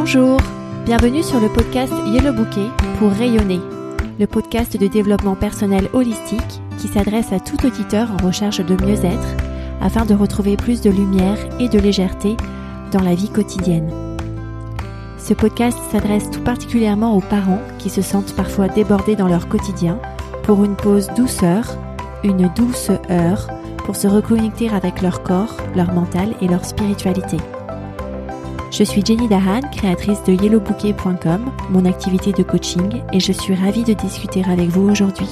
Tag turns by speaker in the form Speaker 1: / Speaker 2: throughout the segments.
Speaker 1: Bonjour, bienvenue sur le podcast Yellow Bouquet pour rayonner, le podcast de développement personnel holistique qui s'adresse à tout auditeur en recherche de mieux-être afin de retrouver plus de lumière et de légèreté dans la vie quotidienne. Ce podcast s'adresse tout particulièrement aux parents qui se sentent parfois débordés dans leur quotidien pour une pause douceur, une douce heure pour se reconnecter avec leur corps, leur mental et leur spiritualité. Je suis Jenny Dahan, créatrice de yellowbouquet.com, mon activité de coaching, et je suis ravie de discuter avec vous aujourd'hui.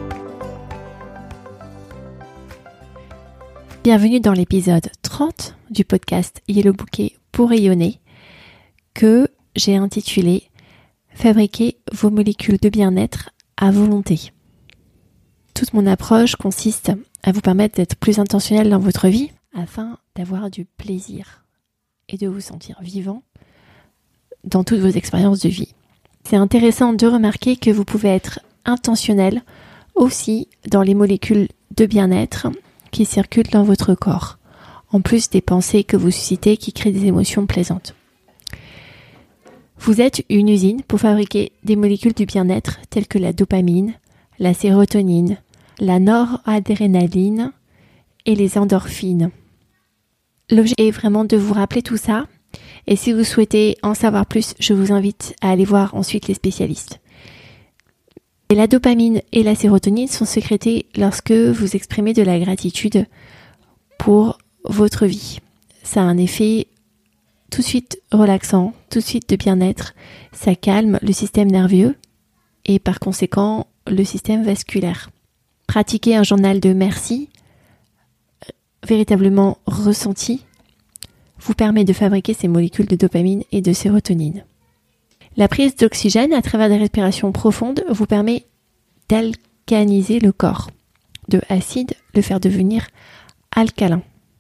Speaker 1: Bienvenue dans l'épisode 30 du podcast Yellow Bouquet pour rayonner, que j'ai intitulé « Fabriquer vos molécules de bien-être à volonté ». Toute mon approche consiste à vous permettre d'être plus intentionnel dans votre vie afin d'avoir du plaisir et de vous sentir vivant dans toutes vos expériences de vie. C'est intéressant de remarquer que vous pouvez être intentionnel aussi dans les molécules de bien-être qui circulent dans votre corps, en plus des pensées que vous suscitez qui créent des émotions plaisantes. Vous êtes une usine pour fabriquer des molécules du bien-être telles que la dopamine, la sérotonine, la noradrénaline et les endorphines. L'objectif est vraiment de vous rappeler tout ça, et si vous souhaitez en savoir plus, je vous invite à aller voir ensuite les spécialistes. Et la dopamine et la sérotonine sont sécrétées lorsque vous exprimez de la gratitude pour votre vie. Ça a un effet tout de suite relaxant, tout de suite de bien-être, ça calme le système nerveux et par conséquent le système vasculaire. Pratiquer un journal de merci véritablement ressenti vous permet de fabriquer ces molécules de dopamine et de sérotonine. La prise d'oxygène à travers des respirations profondes vous permet d'alcaliniser le corps, de acide le faire devenir alcalin.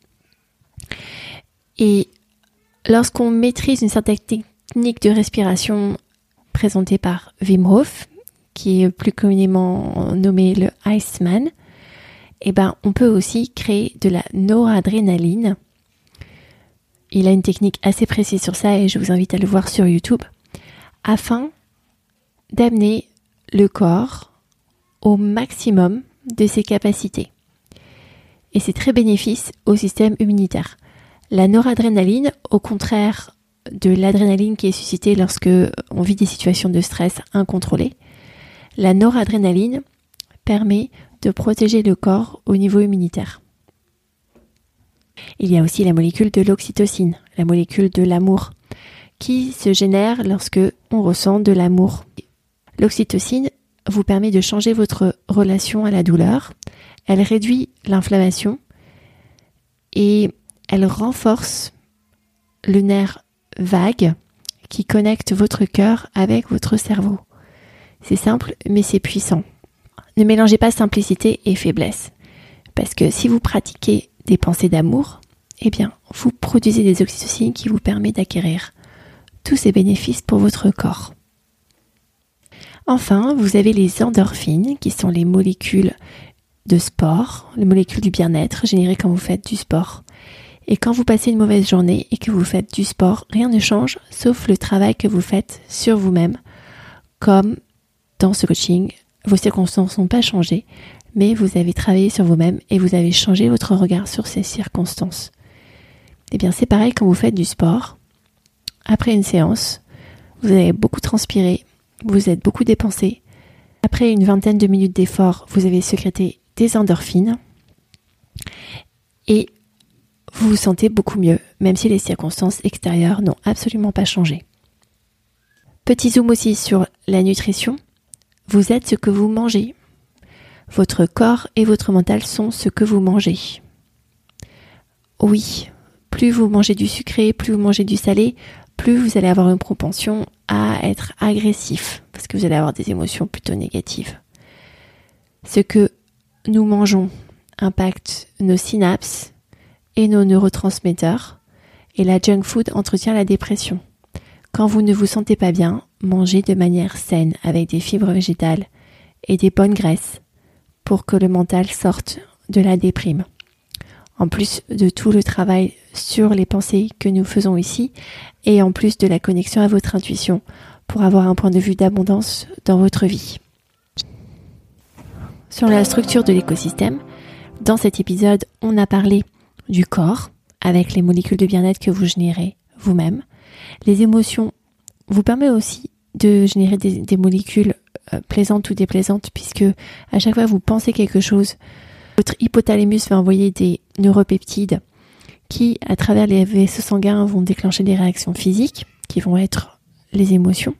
Speaker 1: Et lorsqu'on maîtrise une certaine technique de respiration présentée par Wim Hof, qui est plus communément nommé le Iceman, on peut aussi créer de la noradrénaline. Il a une technique assez précise sur ça et je vous invite à le voir sur YouTube, afin d'amener le corps au maximum de ses capacités. Et c'est très bénéfique au système immunitaire. La noradrénaline, au contraire de l'adrénaline qui est suscitée lorsque on vit des situations de stress incontrôlées, la noradrénaline permet de protéger le corps au niveau immunitaire. Il y a aussi la molécule de l'oxytocine, la molécule de l'amour, qui se génère lorsque on ressent de l'amour. L'oxytocine vous permet de changer votre relation à la douleur, elle réduit l'inflammation et elle renforce le nerf vague qui connecte votre cœur avec votre cerveau. C'est simple, mais c'est puissant. Ne mélangez pas simplicité et faiblesse, parce que si vous pratiquez des pensées d'amour, vous produisez des oxytocines qui vous permettent d'acquérir tous ces bénéfices pour votre corps. Enfin, vous avez les endorphines, qui sont les molécules de sport, les molécules du bien-être générées quand vous faites du sport. Et quand vous passez une mauvaise journée et que vous faites du sport, rien ne change, sauf le travail que vous faites sur vous-même, comme dans ce coaching. Vos circonstances n'ont pas changé, mais vous avez travaillé sur vous-même et vous avez changé votre regard sur ces circonstances. C'est pareil quand vous faites du sport. Après une séance, vous avez beaucoup transpiré, vous êtes beaucoup dépensé. Après une vingtaine de minutes d'effort, vous avez sécrété des endorphines et vous vous sentez beaucoup mieux, même si les circonstances extérieures n'ont absolument pas changé. Petit zoom aussi sur la nutrition. Vous êtes ce que vous mangez. Votre corps et votre mental sont ce que vous mangez. Oui, plus vous mangez du sucré, plus vous mangez du salé, plus vous allez avoir une propension à être agressif, parce que vous allez avoir des émotions plutôt négatives. Ce que nous mangeons impacte nos synapses et nos neurotransmetteurs, et la junk food entretient la dépression. Quand vous ne vous sentez pas bien, mangez de manière saine avec des fibres végétales et des bonnes graisses pour que le mental sorte de la déprime. En plus de tout le travail sur les pensées que nous faisons ici, et en plus de la connexion à votre intuition pour avoir un point de vue d'abondance dans votre vie. Sur la structure de l'écosystème, dans cet épisode, on a parlé du corps, avec les molécules de bien-être que vous générez vous-même. Les émotions vous permettent aussi de générer des molécules plaisantes ou déplaisantes, puisque à chaque fois que vous pensez quelque chose, votre hypothalamus va envoyer des neuropeptides qui, à travers les vaisseaux sanguins, vont déclencher des réactions physiques, qui vont être les émotions.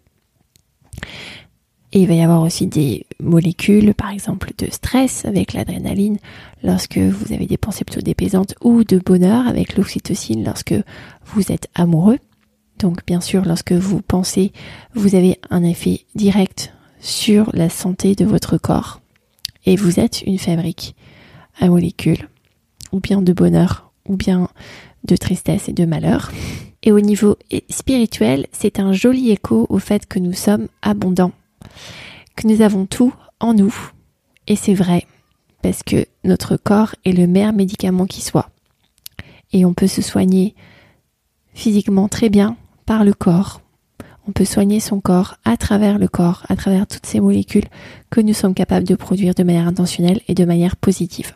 Speaker 1: Et il va y avoir aussi des molécules, par exemple de stress avec l'adrénaline lorsque vous avez des pensées plutôt déplaisantes, ou de bonheur avec l'oxytocine lorsque vous êtes amoureux. Donc bien sûr, lorsque vous pensez, vous avez un effet direct sur la santé de votre corps. Et vous êtes une fabrique à molécules, ou bien de bonheur, ou bien de tristesse et de malheur. Et au niveau spirituel, c'est un joli écho au fait que nous sommes abondants, que nous avons tout en nous. Et c'est vrai, parce que notre corps est le meilleur médicament qui soit. Et on peut se soigner physiquement très bien par le corps. On peut soigner son corps à travers le corps, à travers toutes ces molécules que nous sommes capables de produire de manière intentionnelle et de manière positive.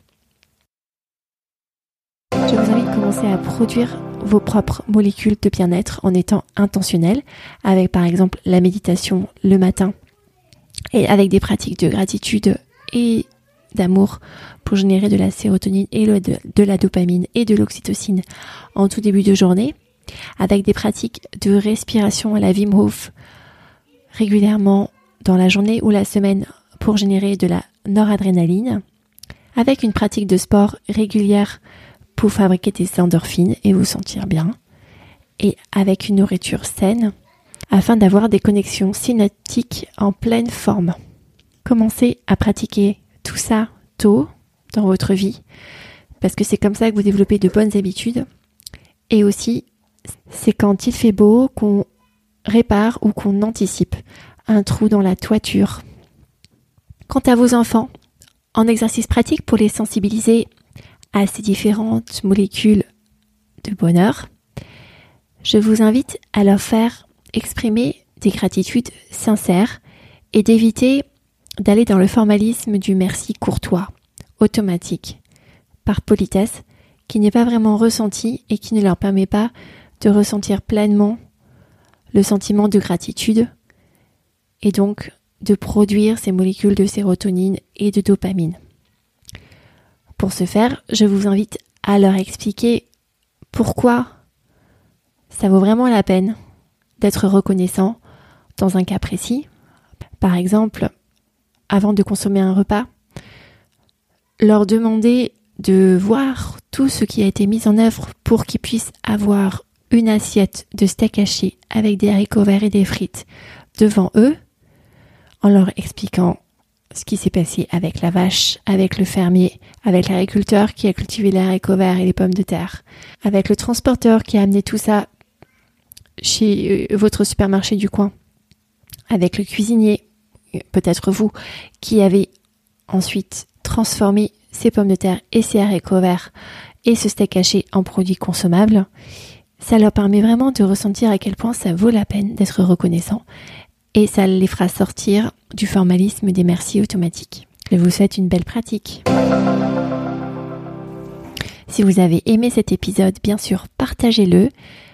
Speaker 1: Je vous invite à commencer à produire vos propres molécules de bien-être en étant intentionnel, avec par exemple la méditation le matin et avec des pratiques de gratitude et d'amour pour générer de la sérotonine et de la dopamine et de l'oxytocine en tout début de journée, avec des pratiques de respiration à la Wim Hof régulièrement dans la journée ou la semaine pour générer de la noradrénaline, avec une pratique de sport régulière pour fabriquer des endorphines et vous sentir bien, et avec une nourriture saine afin d'avoir des connexions synaptiques en pleine forme. Commencez à pratiquer tout ça tôt dans votre vie, parce que c'est comme ça que vous développez de bonnes habitudes. Et aussi, c'est quand il fait beau qu'on répare ou qu'on anticipe un trou dans la toiture. Quant à vos enfants, en exercice pratique pour les sensibiliser à ces différentes molécules de bonheur, je vous invite à leur faire exprimer des gratitudes sincères et d'éviter d'aller dans le formalisme du merci courtois, automatique, par politesse, qui n'est pas vraiment ressenti et qui ne leur permet pas de ressentir pleinement le sentiment de gratitude et donc de produire ces molécules de sérotonine et de dopamine. Pour ce faire, je vous invite à leur expliquer pourquoi ça vaut vraiment la peine d'être reconnaissant dans un cas précis. Par exemple, avant de consommer un repas, leur demander de voir tout ce qui a été mis en œuvre pour qu'ils puissent avoir une assiette de steak haché avec des haricots verts et des frites devant eux, en leur expliquant ce qui s'est passé avec la vache, avec le fermier, avec l'agriculteur qui a cultivé les haricots verts et les pommes de terre, avec le transporteur qui a amené tout ça chez votre supermarché du coin, avec le cuisinier, peut-être vous, qui avez ensuite transformé ces pommes de terre et ces haricots verts et ce steak haché en produits consommables. Ça leur permet vraiment de ressentir à quel point ça vaut la peine d'être reconnaissant et ça les fera sortir du formalisme des merci automatiques. Je vous souhaite une belle pratique. Si vous avez aimé cet épisode, bien sûr, partagez-le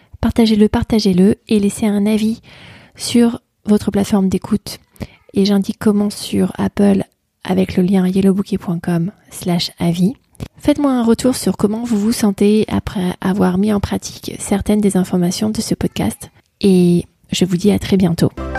Speaker 1: et laissez un avis sur votre plateforme d'écoute. Et j'indique comment sur Apple avec le lien yellowbouquet.com/avis. Faites-moi un retour sur comment vous vous sentez après avoir mis en pratique certaines des informations de ce podcast. Et je vous dis à très bientôt.